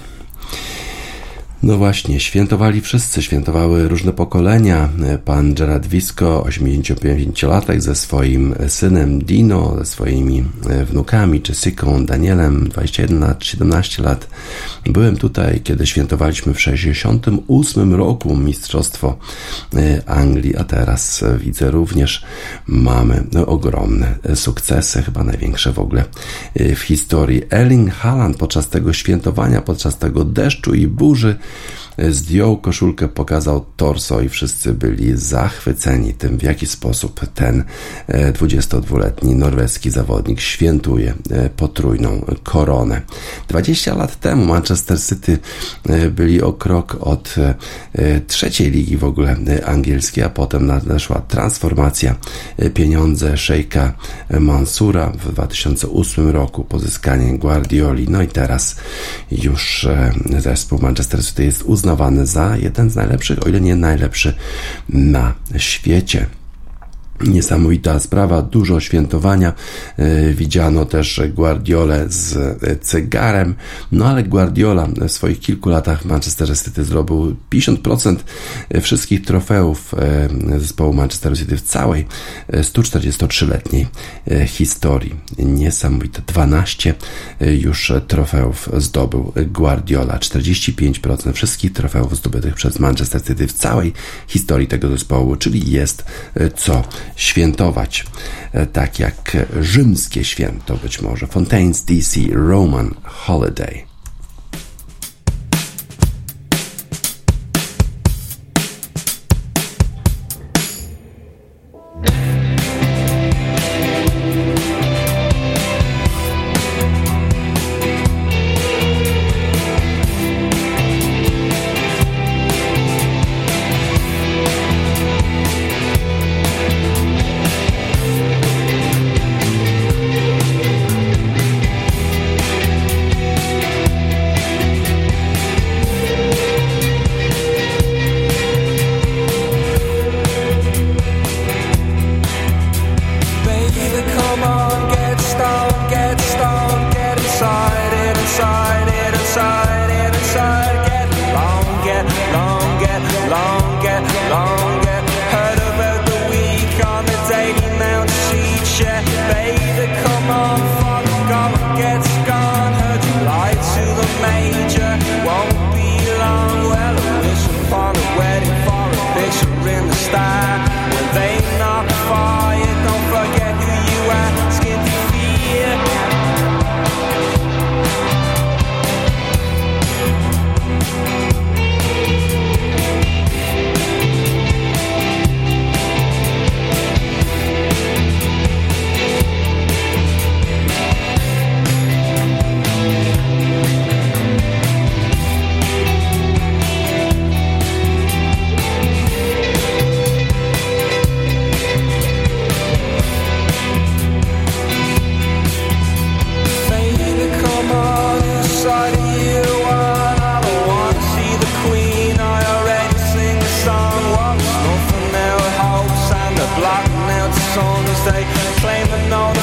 No właśnie, świętowali wszyscy, świętowały różne pokolenia. Pan Gerard Visco, osiemdziesięciopięciolatek ze swoim synem Dino, ze swoimi wnukami, Jessiką, Danielem, dwadzieścia jeden lat, siedemnaście lat. Byłem tutaj, kiedy świętowaliśmy w sześćdziesiątym ósmym roku Mistrzostwo Anglii, a teraz widzę również mamy ogromne sukcesy, chyba największe w ogóle w historii. Erling Haaland podczas tego świętowania, podczas tego deszczu i burzy zdjął koszulkę, pokazał torso i wszyscy byli zachwyceni tym, w jaki sposób ten dwudziestodwuletni norweski zawodnik świętuje potrójną koronę. dwadzieścia lat temu Manchester City byli o krok od trzeciej ligi w ogóle angielskiej, a potem nadeszła transformacja, pieniądze szejka Mansura w dwa tysiące ósmym roku, pozyskanie Guardioli, no i teraz już zespół Manchester City jest uznawany za jeden z najlepszych, o ile nie najlepszy na świecie. Niesamowita sprawa, dużo świętowania. Yy, widziano też Guardiolę z cygarem, no ale Guardiola w swoich kilku latach w Manchesterze City zdobył pięćdziesiąt procent wszystkich trofeów yy, zespołu Manchester City w całej sto czterdziestotrzyletniej yy, historii. Niesamowite. dwanaście yy, już trofeów zdobył Guardiola. czterdzieści pięć procent wszystkich trofeów zdobytych przez Manchester City w całej historii tego zespołu, czyli jest yy, co świętować, tak jak rzymskie święto być może. Fontaine's D C Roman Holiday.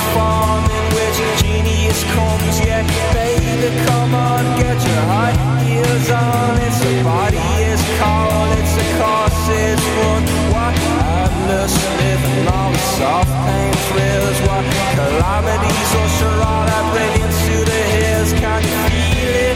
form in which genius comes. Yeah, baby, come on, get your high heels on. It's a body, it's cold, it's a course, it's fun. What madness, living all the soft pain thrills. What calamities usher all that brilliance to the hills. Can you feel it?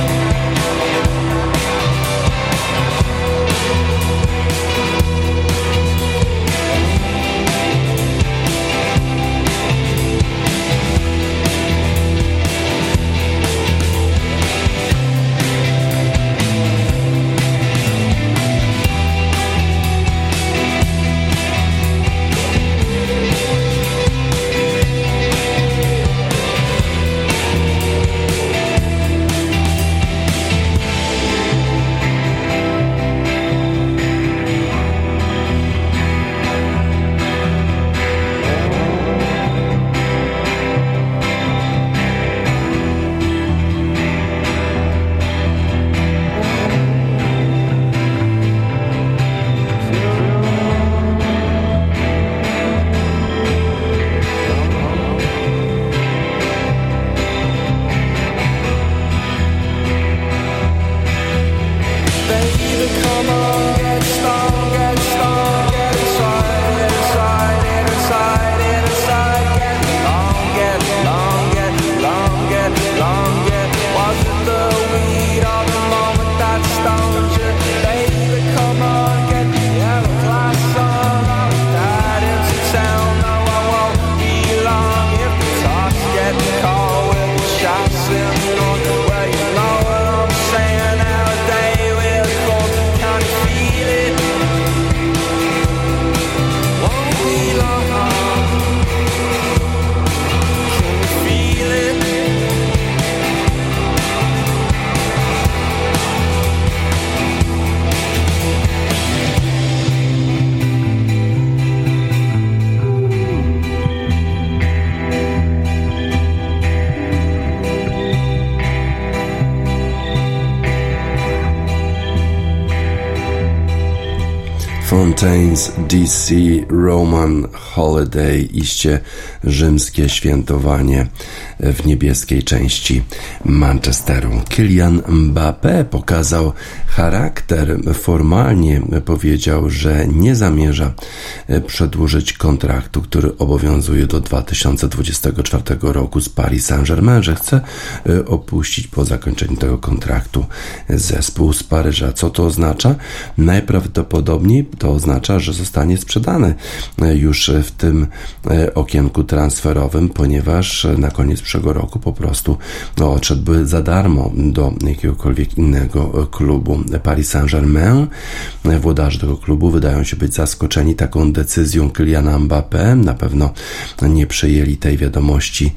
Fontaines D C Roman Holiday, iście rzymskie świętowanie w niebieskiej części Manchesteru. Kylian Mbappé pokazał charakter, formalnie powiedział, że nie zamierza przedłużyć kontraktu, który obowiązuje do dwa tysiące dwudziestego czwartego roku z Paris Saint-Germain, że chce opuścić po zakończeniu tego kontraktu zespół z Paryża. Co to oznacza? Najprawdopodobniej to oznacza, że zostanie sprzedany już w tym okienku transferowym, ponieważ na koniec przyszłego roku po prostu no, odszedłby za darmo do jakiegokolwiek innego klubu. Paris Saint-Germain, włodarze tego klubu wydają się być zaskoczeni taką decyzją Kyliana Mbappé. Na pewno nie przyjęli tej wiadomości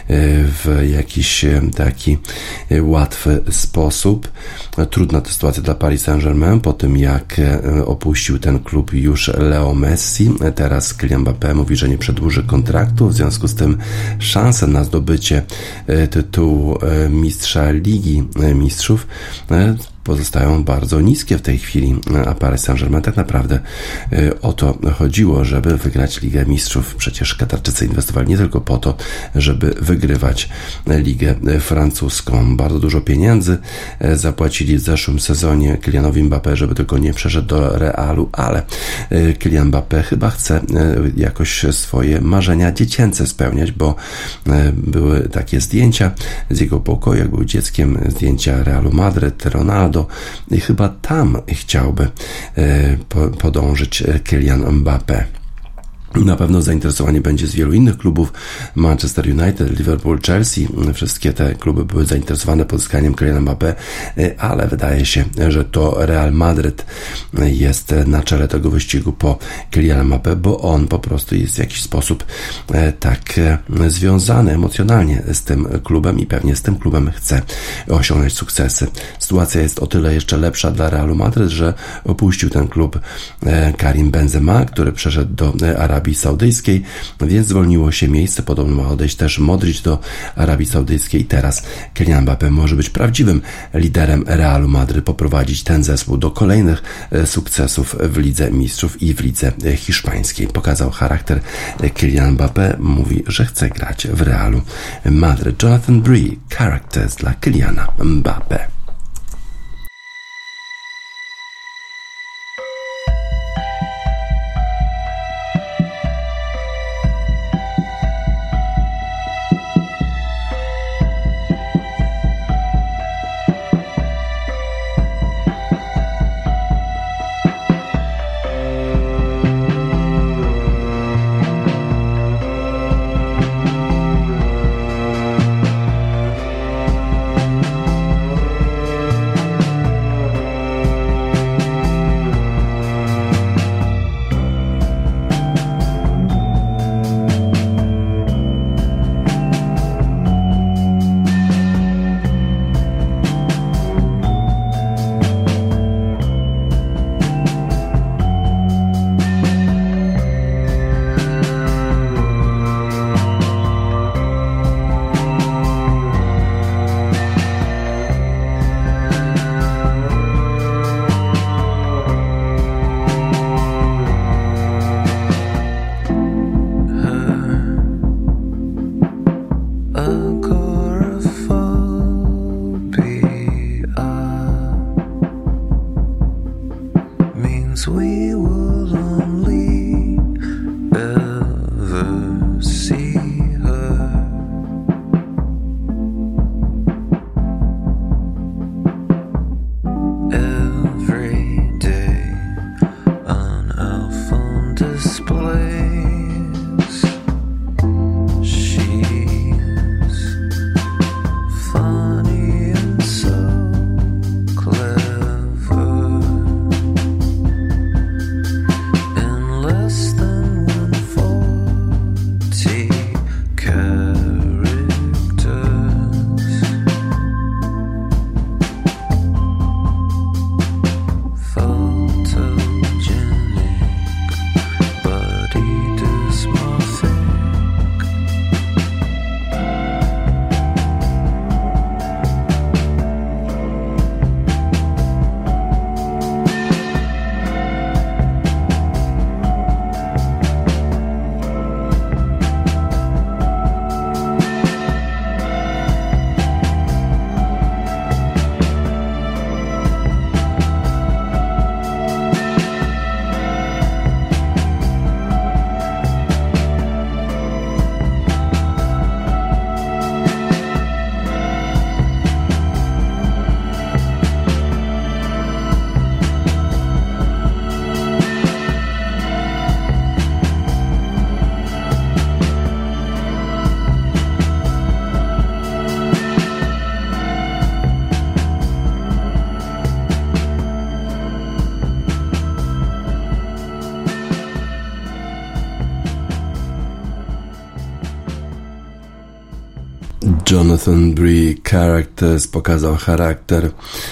w jakiś taki łatwy sposób. Trudna to sytuacja dla Paris Saint-Germain po tym, jak opuścił ten klub już Leo Messi. Teraz Kylian Mbappé mówi, że nie przedłuży kontraktu, w związku z tym szanse na zdobycie tytułu mistrza Ligi Mistrzów pozostają bardzo niskie w tej chwili, a Paris Saint-Germain tak naprawdę o to chodziło, żeby wygrać Ligę Mistrzów. Przecież Katarczycy inwestowali nie tylko po to, żeby wygrywać Ligę Francuską. Bardzo dużo pieniędzy zapłacili w zeszłym sezonie Kylianowi Mbappé, żeby tylko nie przeszedł do Realu, ale Kylian Mbappé chyba chce jakoś swoje marzenia dziecięce spełniać, bo były takie zdjęcia z jego pokoju, jak był dzieckiem, zdjęcia Realu Madryt, Ronaldo, i chyba tam chciałby podążyć Kylian Mbappé. Na pewno zainteresowanie będzie z wielu innych klubów. Manchester United, Liverpool, Chelsea. Wszystkie te kluby były zainteresowane pozyskaniem Kyliana Mbappé, ale wydaje się, że to Real Madryt jest na czele tego wyścigu po Kyliana Mbappé, bo on po prostu jest w jakiś sposób tak związany emocjonalnie z tym klubem i pewnie z tym klubem chce osiągnąć sukcesy. Sytuacja jest o tyle jeszcze lepsza dla Realu Madryt, że opuścił ten klub Karim Benzema, który przeszedł do Arabii Arabii Saudyjskiej, więc zwolniło się miejsce. Podobno ma odejść też Modric do Arabii Saudyjskiej i teraz Kylian Mbappé może być prawdziwym liderem Realu Madryt, poprowadzić ten zespół do kolejnych sukcesów w Lidze Mistrzów i w Lidze Hiszpańskiej. Pokazał charakter Kylian Mbappé, mówi, że chce grać w Realu Madryt. Jonathan Bree, Characters dla Kyliana Mbappé. Jonathan Bree, Characters, pokazał charakter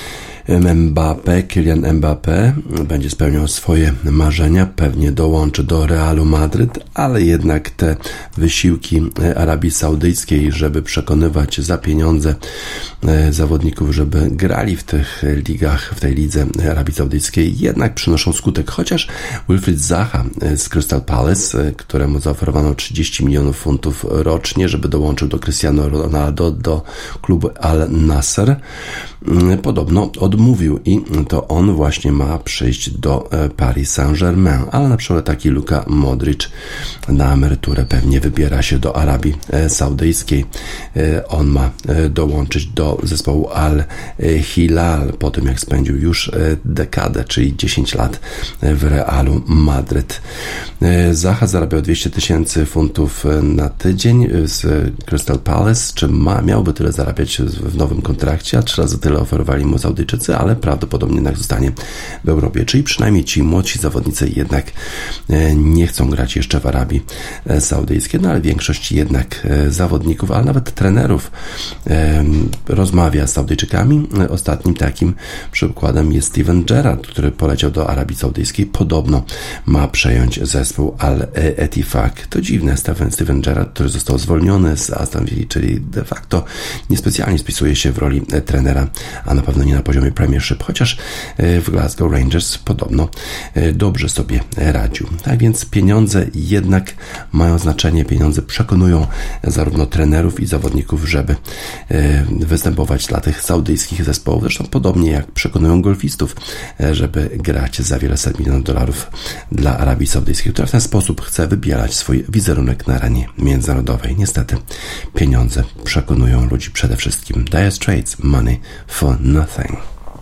Mbappé. Kylian Mbappé będzie spełniał swoje marzenia, pewnie dołączy do Realu Madryt, ale jednak te wysiłki Arabii Saudyjskiej, żeby przekonywać za pieniądze zawodników, żeby grali w tych ligach, w tej lidze Arabii Saudyjskiej, jednak przynoszą skutek, chociaż Wilfried Zaha z Crystal Palace, któremu zaoferowano trzydzieści milionów funtów rocznie, żeby dołączył do Cristiano Ronaldo, do klubu Al Nassr, podobno odmówił i to on właśnie ma przyjść do Paris Saint-Germain, ale na przykład taki Luka Modric na emeryturę pewnie wybiera się do Arabii Saudyjskiej. On ma dołączyć do zespołu Al Hilal po tym, jak spędził już dekadę, czyli dziesięć lat w Realu Madryt. Zaha zarabiał dwieście tysięcy funtów na tydzień z Crystal Palace. Czy ma, miałby tyle zarabiać w nowym kontrakcie, a trzy razy tyle oferowali mu Saudyjczycy? muzyce, ale prawdopodobnie jednak zostanie w Europie, czyli przynajmniej ci młodsi zawodnicy jednak nie chcą grać jeszcze w Arabii Saudyjskiej, no ale większość jednak zawodników, ale nawet trenerów rozmawia z Saudyjczykami. Ostatnim takim przykładem jest Steven Gerrard, który poleciał do Arabii Saudyjskiej. Podobno ma przejąć zespół Al-Ettifaq. To dziwne, Steven, Steven Gerrard, który został zwolniony z Aston Villa, czyli de facto niespecjalnie spisuje się w roli trenera, a na pewno nie na poziomie Premiership, chociaż w Glasgow Rangers podobno dobrze sobie radził. Tak więc pieniądze jednak mają znaczenie, pieniądze przekonują zarówno trenerów i zawodników, żeby występować dla tych saudyjskich zespołów, zresztą podobnie jak przekonują golfistów, żeby grać za wiele set milionów dolarów dla Arabii Saudyjskiej, która w ten sposób chce wybierać swój wizerunek na arenie międzynarodowej. Niestety pieniądze przekonują ludzi przede wszystkim. Dire Straits, Money for Nothing.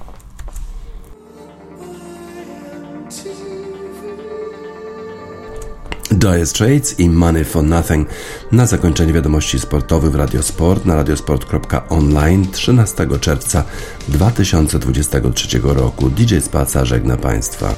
Dire Straits i Money for Nothing na zakończenie wiadomości sportowych w Radiosport na radiosport kropka online trzynastego czerwca dwa tysiące dwudziestego trzeciego roku. D J Spaca żegna Państwa.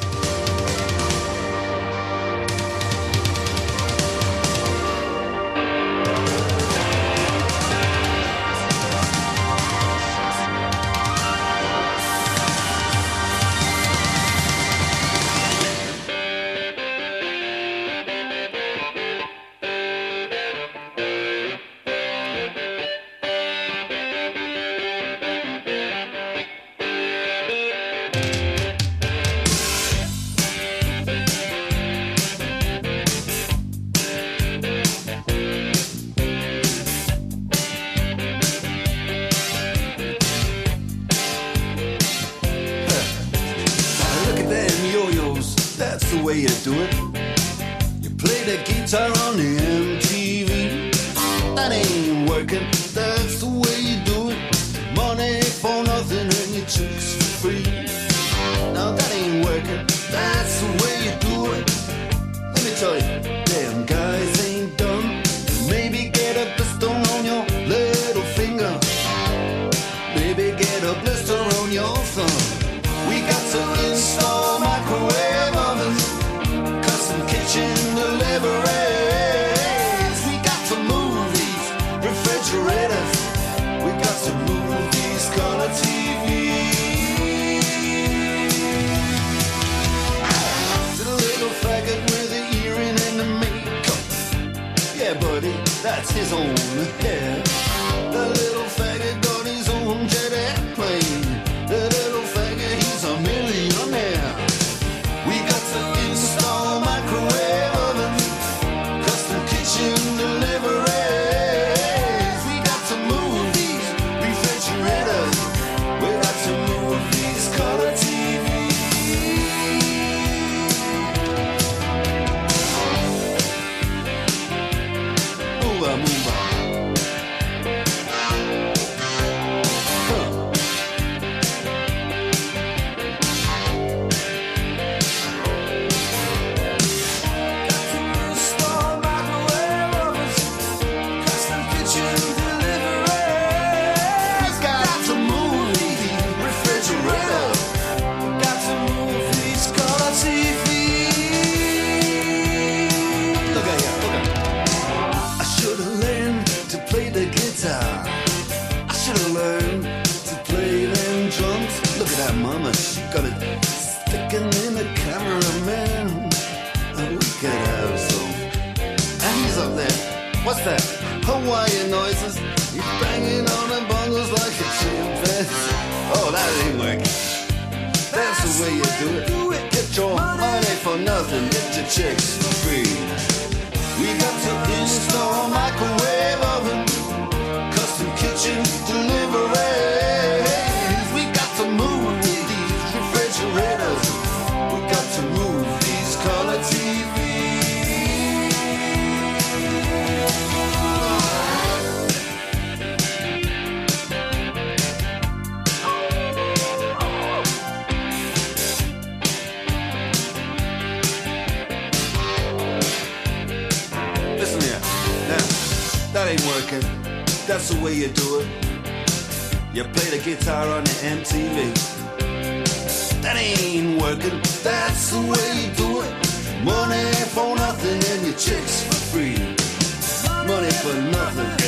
You play the guitar on the M T V. That ain't working, that's the way you do it. Money for nothing and your chicks for free. Money for nothing